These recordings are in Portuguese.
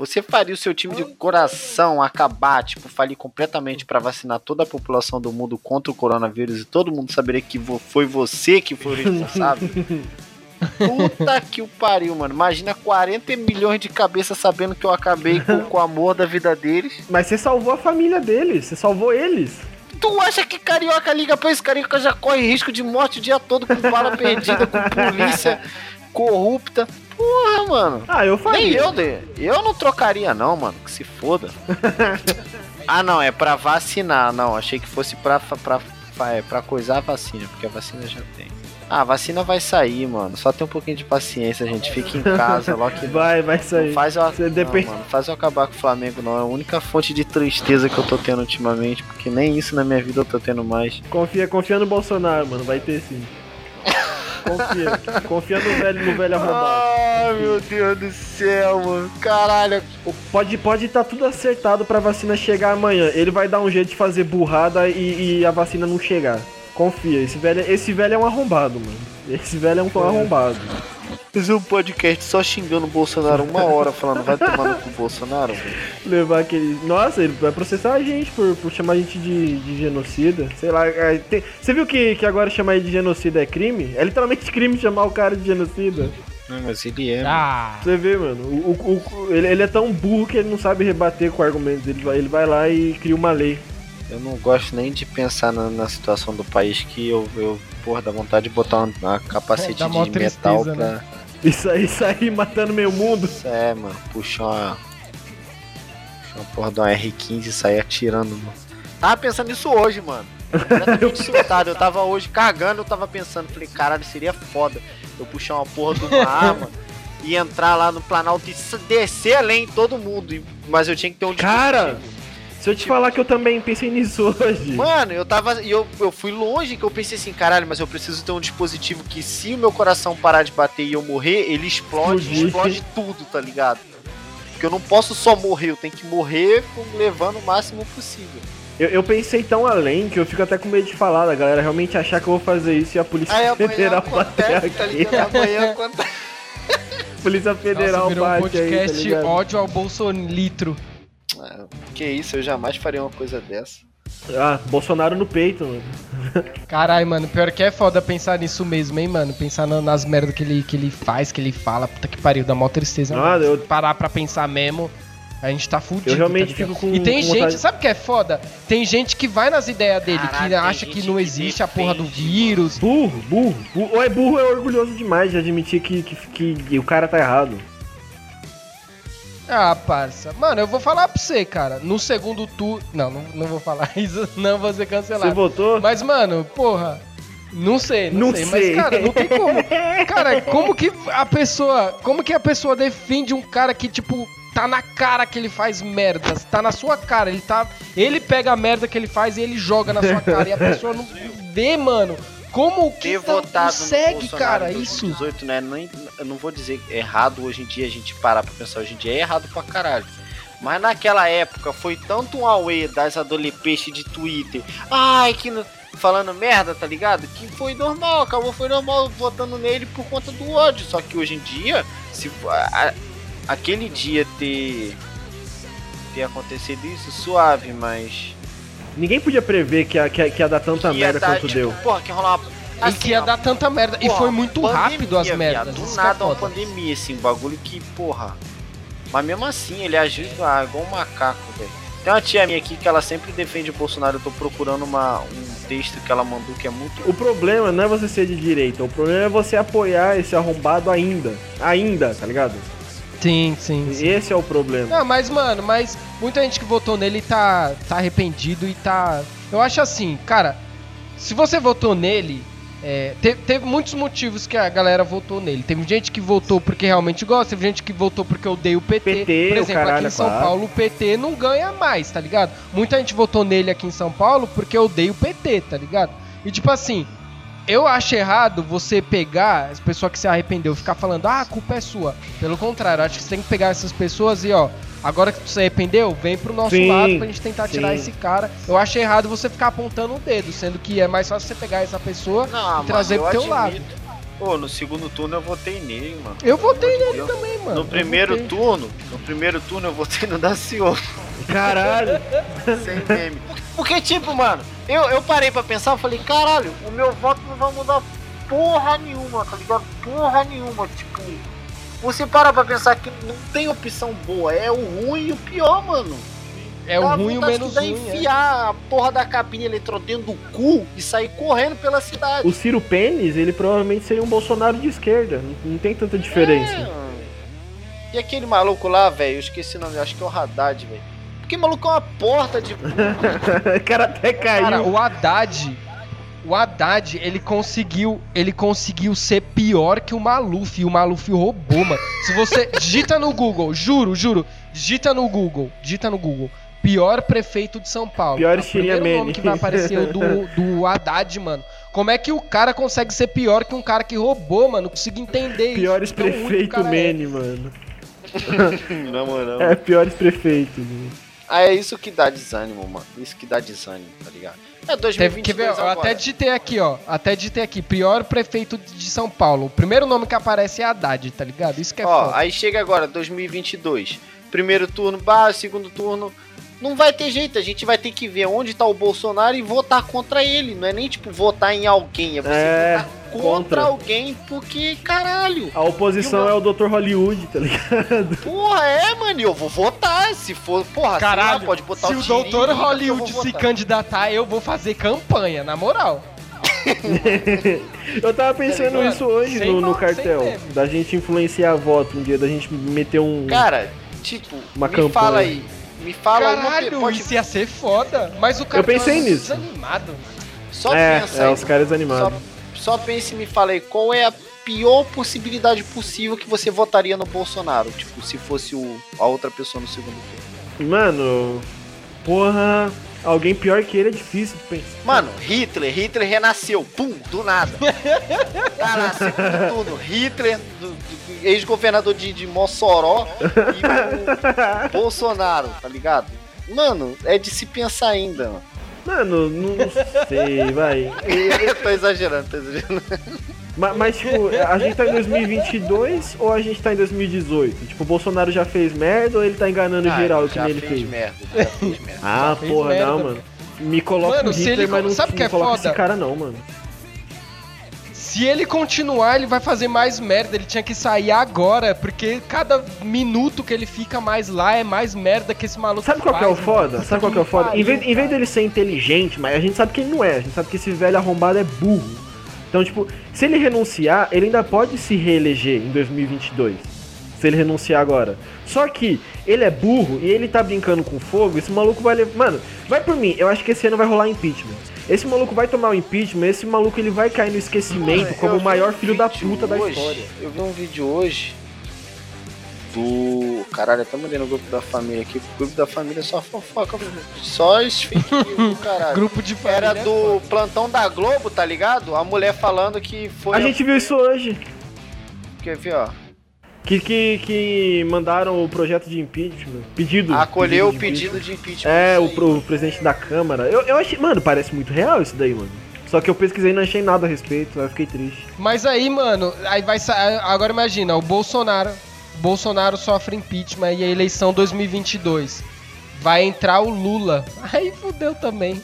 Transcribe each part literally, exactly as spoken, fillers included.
Você faria o seu time de coração acabar, tipo, falir completamente pra vacinar toda a população do mundo contra o coronavírus e todo mundo saberia que foi você que foi o responsável? Puta que o pariu, mano. Imagina quarenta milhões de cabeças sabendo que eu acabei com, com o amor da vida deles. Mas você salvou a família deles, você salvou eles. Tu acha que carioca liga pra esse carioca já corre risco de morte o dia todo com bala perdida, com polícia corrupta? Porra, mano. Ah, eu faria. Nem eu, eu não trocaria não, mano, que se foda. Ah, não, é pra vacinar. Não, achei que fosse pra, pra, pra, é, pra coisar a vacina, porque a vacina já tem. Ah, a vacina vai sair, mano. Só tem um pouquinho de paciência, gente. Fica em casa, logo. Vai, vai sair. Não faz eu, Você não, depende... mano, faz eu acabar com o Flamengo, não. É a única fonte de tristeza que eu tô tendo ultimamente, porque nem isso na minha vida eu tô tendo mais. Confia, confia no Bolsonaro, mano. Vai ter sim. Confia. Confia no velho, no velho arrombado. Ai, meu Deus do céu, mano. Caralho. Pode pode tá tudo acertado pra vacina chegar amanhã. Ele vai dar um jeito de fazer burrada e, e a vacina não chegar. Confia, esse velho, esse velho é um arrombado, mano. Esse velho é um é. arrombado. Fiz um podcast só xingando o Bolsonaro uma hora, falando vai tomar no cu Bolsonaro, velho. Levar aquele... Nossa, ele vai processar a gente por, por chamar a gente de, de genocida. Sei lá, tem... Você viu que, que agora chamar ele de genocida é crime? É literalmente crime chamar o cara de genocida. Não, mas ele é, ah. Você vê, mano, o, o, o, ele, ele é tão burro que ele não sabe rebater com argumentos. Ele vai, ele vai lá e cria uma lei. Eu não gosto nem de pensar na, na situação do país que eu, eu porra, dá vontade de botar uma, uma capacete é, de metal tristeza, pra... Né? Isso aí, isso aí, matando meio mundo. Isso é, mano, puxar uma... Puxar uma porra de uma R quinze e sair atirando, mano. Tava pensando nisso hoje, mano. Completamente surtado. Eu tava hoje cagando, eu tava pensando, falei, caralho, seria foda eu puxar uma porra de uma arma e entrar lá no Planalto e descer além de todo mundo. Mas eu tinha que ter um cara! Se eu te tipo, falar que eu também pensei nisso hoje. Mano, eu tava. Eu, eu fui longe que eu pensei assim, caralho, mas eu preciso ter um dispositivo que se o meu coração parar de bater e eu morrer, ele explode, Explodir. explode tudo, tá ligado? Porque eu não posso só morrer, eu tenho que morrer levando o máximo possível. Eu, eu pensei tão além que eu fico até com medo de falar da galera realmente achar que eu vou fazer isso e a Polícia Aí, Federal bater aqui. Tá ligado? Amanhã acontece. Polícia Federal Nossa, virou bate um podcast aí, tá ódio ao Bolsonaro. Ah, que isso, eu jamais faria uma coisa dessa. Ah, Bolsonaro no peito, mano. Caralho, mano, pior que é foda pensar nisso mesmo, hein, mano. Pensar na, nas merdas que ele, que ele faz, que ele fala. Puta que pariu, dá mó tristeza. Ah, eu... Parar pra pensar mesmo, a gente tá fudido. Eu realmente tá fico com E tem com gente, vontade... sabe o que é foda? Tem gente que vai nas ideias dele, Caralho, que acha que não existe que a porra do vírus. Burro, burro, burro. Ou é burro ou é orgulhoso demais de admitir que, que, que, que o cara tá errado. Ah, parça. Mano, eu vou falar pra você, cara. No segundo turno... Não, não, não vou falar isso, não vou ser cancelado. Você votou? Mas, mano, porra... Não sei, não, não sei. sei. Mas, cara, não tem como. Cara, como que a pessoa... Como que a pessoa defende um cara que, tipo... Tá na cara que ele faz merdas. Tá na sua cara. Ele tá... Ele pega a merda que ele faz e ele joga na sua cara. E a pessoa não vê, mano... Como que não consegue, cara, isso? dois mil e dezoito, né? Não, eu não vou dizer errado hoje em dia, a gente parar pra pensar hoje em dia, é errado pra caralho. Mas naquela época foi tanto um auê das adolescentes de Twitter, ai, que no... falando merda, tá ligado? Que foi normal, acabou, foi normal votando nele por conta do ódio. Só que hoje em dia, se a, aquele dia ter, ter acontecido isso, suave, mas... Ninguém podia prever que ia, que ia, que ia dar tanta que merda dar, quanto tipo, deu. Porra, que rolar... Assim, e que ia ó, dar tanta merda. Porra, e foi muito pandemia, rápido as merdas. Do nada é uma pandemia, assim, um bagulho que, porra... Mas mesmo assim, ele agiu ah, igual um macaco, velho. Tem uma tia minha aqui que ela sempre defende o Bolsonaro. Eu tô procurando uma, um texto que ela mandou que é muito... O problema não é você ser de direita. O problema é você apoiar esse arrombado ainda. Ainda, tá ligado? Sim, sim, sim. Esse é o problema. Não, mas, mano, mas muita gente que votou nele tá, tá arrependido e tá... Eu acho assim, cara, se você votou nele, é, teve, teve muitos motivos que a galera votou nele. Teve gente que votou porque realmente gosta, teve gente que votou porque odeia o P T. P T, por exemplo, caralho, aqui em São claro. Paulo o P T não ganha mais, tá ligado? Muita gente votou nele aqui em São Paulo porque odeia o P T, tá ligado? E tipo assim... Eu acho errado você pegar as pessoas que se arrependeu, ficar falando, ah, a culpa é sua. Pelo contrário, eu acho que você tem que pegar essas pessoas e, ó, agora que você se arrependeu, vem pro nosso sim, lado pra gente tentar sim. tirar esse cara. Eu acho errado você ficar apontando o dedo, sendo que é mais fácil você pegar essa pessoa não, e trazer pro teu admito, lado. Pô, no segundo turno eu votei nele, mano. Eu votei nele Deus. também, mano. No primeiro turno, no primeiro turno eu votei no Daciolo. Caralho. Sem meme. Porque, tipo, mano, eu, eu parei pra pensar, eu falei, caralho, o meu voto não vai mudar porra nenhuma, tá ligado? Porra nenhuma, tipo... Você para pra pensar que não tem opção boa, é o ruim e o pior, mano. É o ruim e o menos ruim. Enfiar é. a porra da cabine eletrô dentro do cu e sair correndo pela cidade. O Ciro Pênis, ele provavelmente seria um Bolsonaro de esquerda. Não, não tem tanta diferença. É. E aquele maluco lá, velho, eu esqueci o nome, acho que é o Haddad, velho. Porque maluco é uma porta de... O cara até caiu. Cara, o Haddad... O Haddad, ele conseguiu, ele conseguiu ser pior que o Maluf, e o Maluf roubou, mano. Se você digita no Google, juro, juro, digita no Google, digita no Google, pior prefeito de São Paulo. Pior o primeiro nome que vai aparecer o do, do Haddad, mano. Como é que o cara consegue ser pior que um cara que roubou, mano? Não consigo entender Piores isso. Piores prefeito Mene, é. mano. Na moral. É, piores prefeitos, mano. Ah, é isso que dá desânimo, mano. Isso que dá desânimo, tá ligado? É dois mil e vinte e dois. Quer ver? Eu até digitei aqui, ó. Até digitei aqui. Pior prefeito de São Paulo. O primeiro nome que aparece é Haddad, tá ligado? Isso que é ó, foda. Aí chega agora, dois mil e vinte e dois. Primeiro turno, bah, segundo turno. Não vai ter jeito, a gente vai ter que ver onde tá o Bolsonaro e votar contra ele. Não é nem, tipo, votar em alguém. É você é, votar contra, contra alguém, porque, caralho. A oposição é o doutor Hollywood, tá ligado? Porra, é, mano, eu vou votar. Se for, porra, caralho, lá, pode botar se o o doutor Hollywood se votar. candidatar, eu vou fazer campanha, na moral. Eu tava pensando tá isso hoje no, no cartel. Da gente influenciar voto um dia, da gente meter um... Cara, tipo, uma me campanha. fala aí. Me fala Caralho, uma... isso ia ser foda. Mas o cara eu pensei é nisso. desanimado. Só é, pensa é, aí. os caras animados. Só, só pense e me fala aí, qual é a pior possibilidade possível que você votaria no Bolsonaro? Tipo, se fosse o, a outra pessoa no segundo turno. Mano, porra... Alguém pior que ele é difícil de pensar. Mano, Hitler, Hitler renasceu, pum, do nada. Tá lá, segundo turno, Hitler, do, do, ex-governador de, de Mossoró e o Bolsonaro, tá ligado? Mano, é de se pensar ainda, mano. Mano, não sei, vai. Eu tô exagerando, tô exagerando. Mas, mas, tipo, a gente tá em dois mil e vinte e dois ou a gente tá em dois mil e dezoito? Tipo, o Bolsonaro já fez merda ou ele tá enganando ah, geral que nem ele fez? fez? Merda, já fez merda. Ah, fez porra, merda. Não, mano. Me coloca mano, o Hitler, ele... mas não, Sabe não que é coloca foda? esse cara não, mano. Se ele continuar, ele vai fazer mais merda. Ele tinha que sair agora, porque cada minuto que ele fica mais lá é mais merda que esse maluco Sabe qual faz, que é o foda? Mano. Sabe qual que é o foda? Em vez, em vez dele ser inteligente, mas a gente sabe que ele não é. A gente sabe que esse velho arrombado é burro. Então, tipo, se ele renunciar, ele ainda pode se reeleger em dois mil e vinte e dois. Se ele renunciar agora. Só que ele é burro e ele tá brincando com fogo, esse maluco vai levar... Mano, vai por mim, eu acho que esse ano vai rolar impeachment. Esse maluco vai tomar o impeachment, esse maluco ele vai cair no esquecimento Mano, como o maior um filho da puta da hoje, história. Eu vi um vídeo hoje do... Caralho, até mandei no grupo da família aqui. O grupo da família só fofoca, só os fake news, caralho. Grupo de família. Era do plantão da Globo, tá ligado? A mulher falando que foi... A gente viu isso hoje. Quer ver, ó? Que, que, que mandaram o projeto de impeachment. Pedido. Acolheu o pedido pedido de impeachment. É, o, pro, o presidente da Câmara. Eu, eu achei. Mano, parece muito real isso daí, mano. Só que eu pesquisei e não achei nada a respeito, aí eu fiquei triste. Mas aí, mano, aí vai sair. Agora imagina, o Bolsonaro. Bolsonaro sofre impeachment e a eleição dois mil e vinte e dois. Vai entrar o Lula. Aí fudeu também.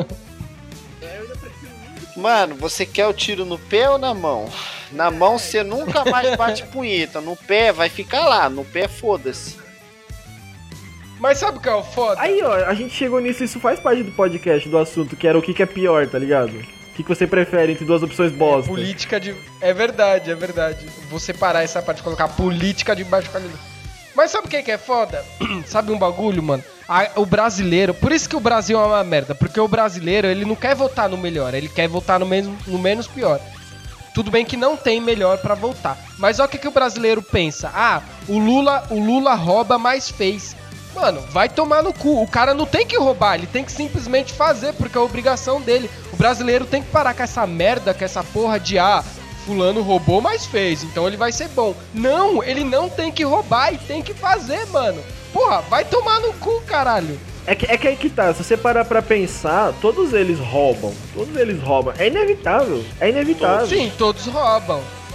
Mano, você quer o tiro no pé ou na mão? Na mão você nunca mais bate punheta. No pé vai ficar lá. No pé, foda-se. Mas sabe o que é o foda? Aí, ó, a gente chegou nisso, isso faz parte do podcast, do assunto, que era o que, que é pior, tá ligado? O que, que você prefere entre duas opções bosta? É, política de... É verdade, é verdade. Vou separar essa parte, colocar política de baixa qualidade. Mas sabe o que, que é foda? Sabe um bagulho, mano? A, o brasileiro... Por isso que o Brasil é uma merda. Porque o brasileiro, ele não quer votar no melhor. Ele quer votar no, mesmo, no menos pior. Tudo bem que não tem melhor pra votar. Mas olha o que, que o brasileiro pensa. Ah, o Lula, o Lula rouba, mas fez. Mano, vai tomar no cu. O cara não tem que roubar, ele tem que simplesmente fazer, porque é a obrigação dele. O brasileiro tem que parar com essa merda, com essa porra de ah, fulano roubou, mas fez, então ele vai ser bom. Não, ele não tem que roubar e tem que fazer, mano. Porra, vai tomar no cu, caralho. É que, é que aí que tá, se você parar pra pensar, todos eles roubam. Todos eles roubam. É inevitável. É inevitável. Sim, todos roubam.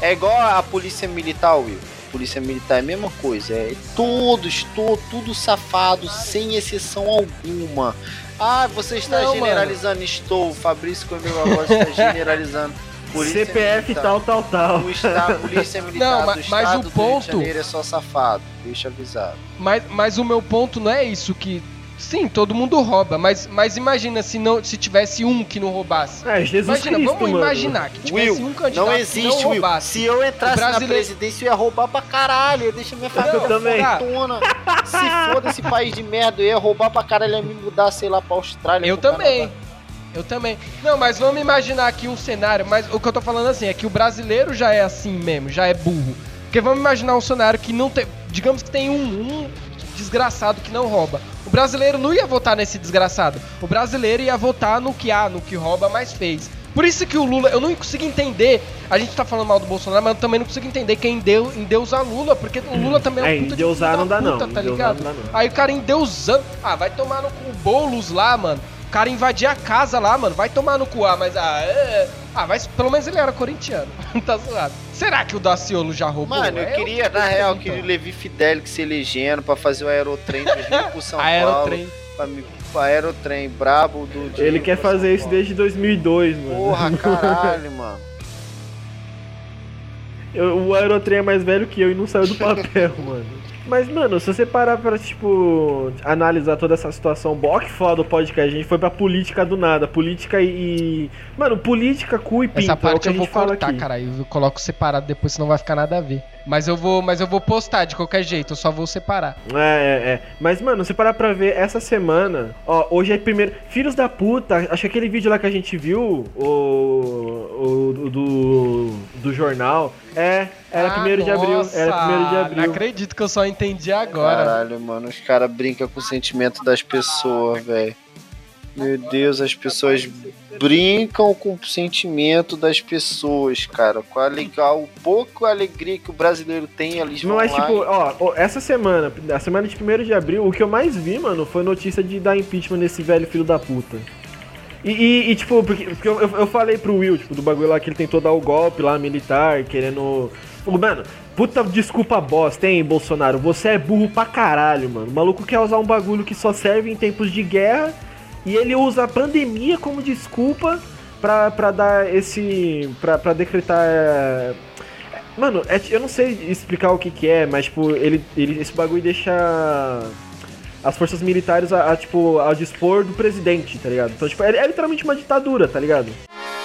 É igual a polícia militar, Will. Polícia militar é a mesma coisa. É todos, to, tudo safado, sem exceção alguma. Ah, você está Não, generalizando. mano. Estou. Fabrício Coelho Barbosa está generalizando. Polícia C P F militar. tal, tal, tal. O estado, polícia militar Não, do mas- mas estado o do Rio ponto- de Janeiro é só safado. Deixa avisado. Mas, mas o meu ponto não é isso que... Sim, todo mundo rouba, mas, mas imagina se, não, se tivesse um que não roubasse. É, Jesus Imagina, Cristo, vamos mano. imaginar que tivesse Will, um candidato não que existe, não Will. roubasse. Se eu entrasse O brasileiro- na presidência, eu ia roubar pra caralho. Eu ia deixar minha família Eu também. fortuna. Se foda esse país de merda, eu ia roubar pra caralho, eu ia me mudar, sei lá, pra Austrália. Eu pro também. Canadá. Eu também. Não, mas vamos imaginar aqui um cenário, mas o que eu tô falando assim é que o brasileiro já é assim mesmo, já é burro. Porque vamos imaginar um cenário que não tem, digamos que tem um, um desgraçado que não rouba. O brasileiro não ia votar nesse desgraçado. O brasileiro ia votar no que há, no que rouba mais fez. Por isso que o Lula, eu não consigo entender, a gente tá falando mal do Bolsonaro, mas eu também não consigo entender quem deu, endeusar Lula, porque o Lula também é um É, puta de endeusar filho não da dá não, puta, tá endeusar ligado? não dá não. Aí o cara endeusando, ah, vai tomar no cu o Boulos lá, mano. O cara invadir a casa lá, mano, vai tomar no cu, ah, mas ah, é... ah, mas pelo menos ele era corintiano, tá zoado. Será que o Daciolo já roubou? Mano, eu É, queria, na real, eu queria o Levi Fidelix se elegendo pra fazer o aerotrem do Rio pro São Aerotrem. Paulo. Pra mim, o aerotrem brabo do dia. Ele quer pro São fazer isso Paulo. desde dois mil e dois, mano. Porra, caralho, mano. Eu- o Aerotrem é mais velho que eu e não saiu do papel, mano. Mas, mano, se você parar pra, tipo, analisar toda essa situação, ó que foda o podcast, a gente foi pra política do nada, política e... Mano, política, cu e pinto, Essa é o parte que a eu vou gente fala cortar, aqui. caralho. Eu coloco separado depois, senão vai ficar nada a ver. Mas eu vou, mas eu vou postar de qualquer jeito, eu só vou separar. É, é, é. Mas, mano, você parar pra ver, essa semana, ó, hoje é primeiro... Filhos da puta, acho que aquele vídeo lá que a gente viu, o... o do... do jornal, é... Era Ah, primeiro de abril, nossa, era primeiro de Não abril. acredito que eu só entendi agora. Caralho, mano, os caras brincam com o sentimento das pessoas, velho. Meu Deus, as pessoas brincam com o sentimento das pessoas, cara. Com a legal, o pouco alegria que o brasileiro tem, eles vão Mas, lá tipo, e- ó, ó, essa semana, a semana de primeiro de abril, o que eu mais vi, mano, foi notícia de dar impeachment nesse velho filho da puta. E, e- e, tipo, porque, porque eu, eu, eu falei pro Will, tipo, do bagulho lá que ele tentou dar o golpe lá, militar, querendo... Pô, mano, puta desculpa bosta, hein, Bolsonaro? Você é burro pra caralho, mano. O maluco quer usar um bagulho que só serve em tempos de guerra e ele usa a pandemia como desculpa pra, pra dar esse... Pra, pra decretar... é, Mano, é- eu não sei explicar o que que é, mas, tipo, ele, ele, esse bagulho deixa as forças militares, a, a, tipo, ao dispor do presidente, tá ligado? Então, tipo, é, é literalmente uma ditadura, tá ligado?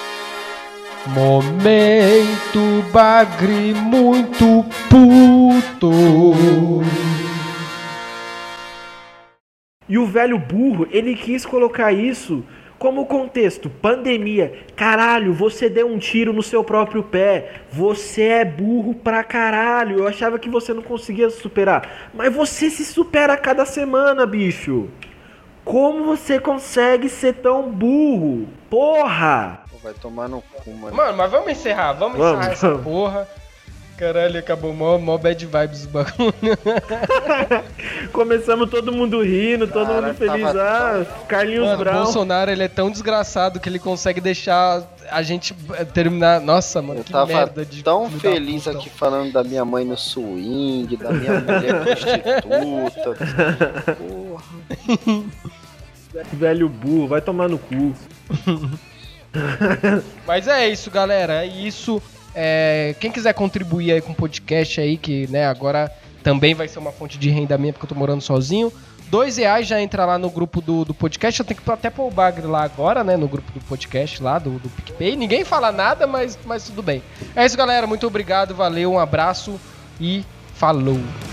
Momento bagre muito puto. E o velho burro, ele quis colocar isso como contexto, pandemia. Caralho, você deu um tiro no seu próprio pé. Você é burro pra caralho. Eu achava que você não conseguia se superar. Mas você se supera a cada semana, bicho. Como você consegue ser tão burro? Porra! Pô, vai tomar no cu, mano. Mano, mas vamos encerrar, vamos, Vamos, encerrar essa vamos. porra. Caralho, acabou mó, mó bad vibes o bagulho. Começamos todo mundo rindo, todo Caralho, mundo feliz. tava Ah, Carlinhos Mano, o Brown. Bolsonaro, ele é tão desgraçado que ele consegue deixar a gente eh, terminar... Nossa, mano, Eu que tava merda de tão filho da feliz puta. aqui falando da minha mãe no swing, da minha mulher prostituta. Porra. Velho burro, vai tomar no cu. Mas é isso, galera, é isso. É, quem quiser contribuir aí com o podcast aí, que né, agora também vai ser uma fonte de renda minha, porque eu tô morando sozinho. Dois reais já entra lá no grupo do, do podcast. Eu tenho que até pôr o bagre lá agora, né? No grupo do podcast lá, do, do PicPay. Ninguém fala nada, mas, mas tudo bem. É isso, galera. Muito obrigado, valeu, um abraço e falou.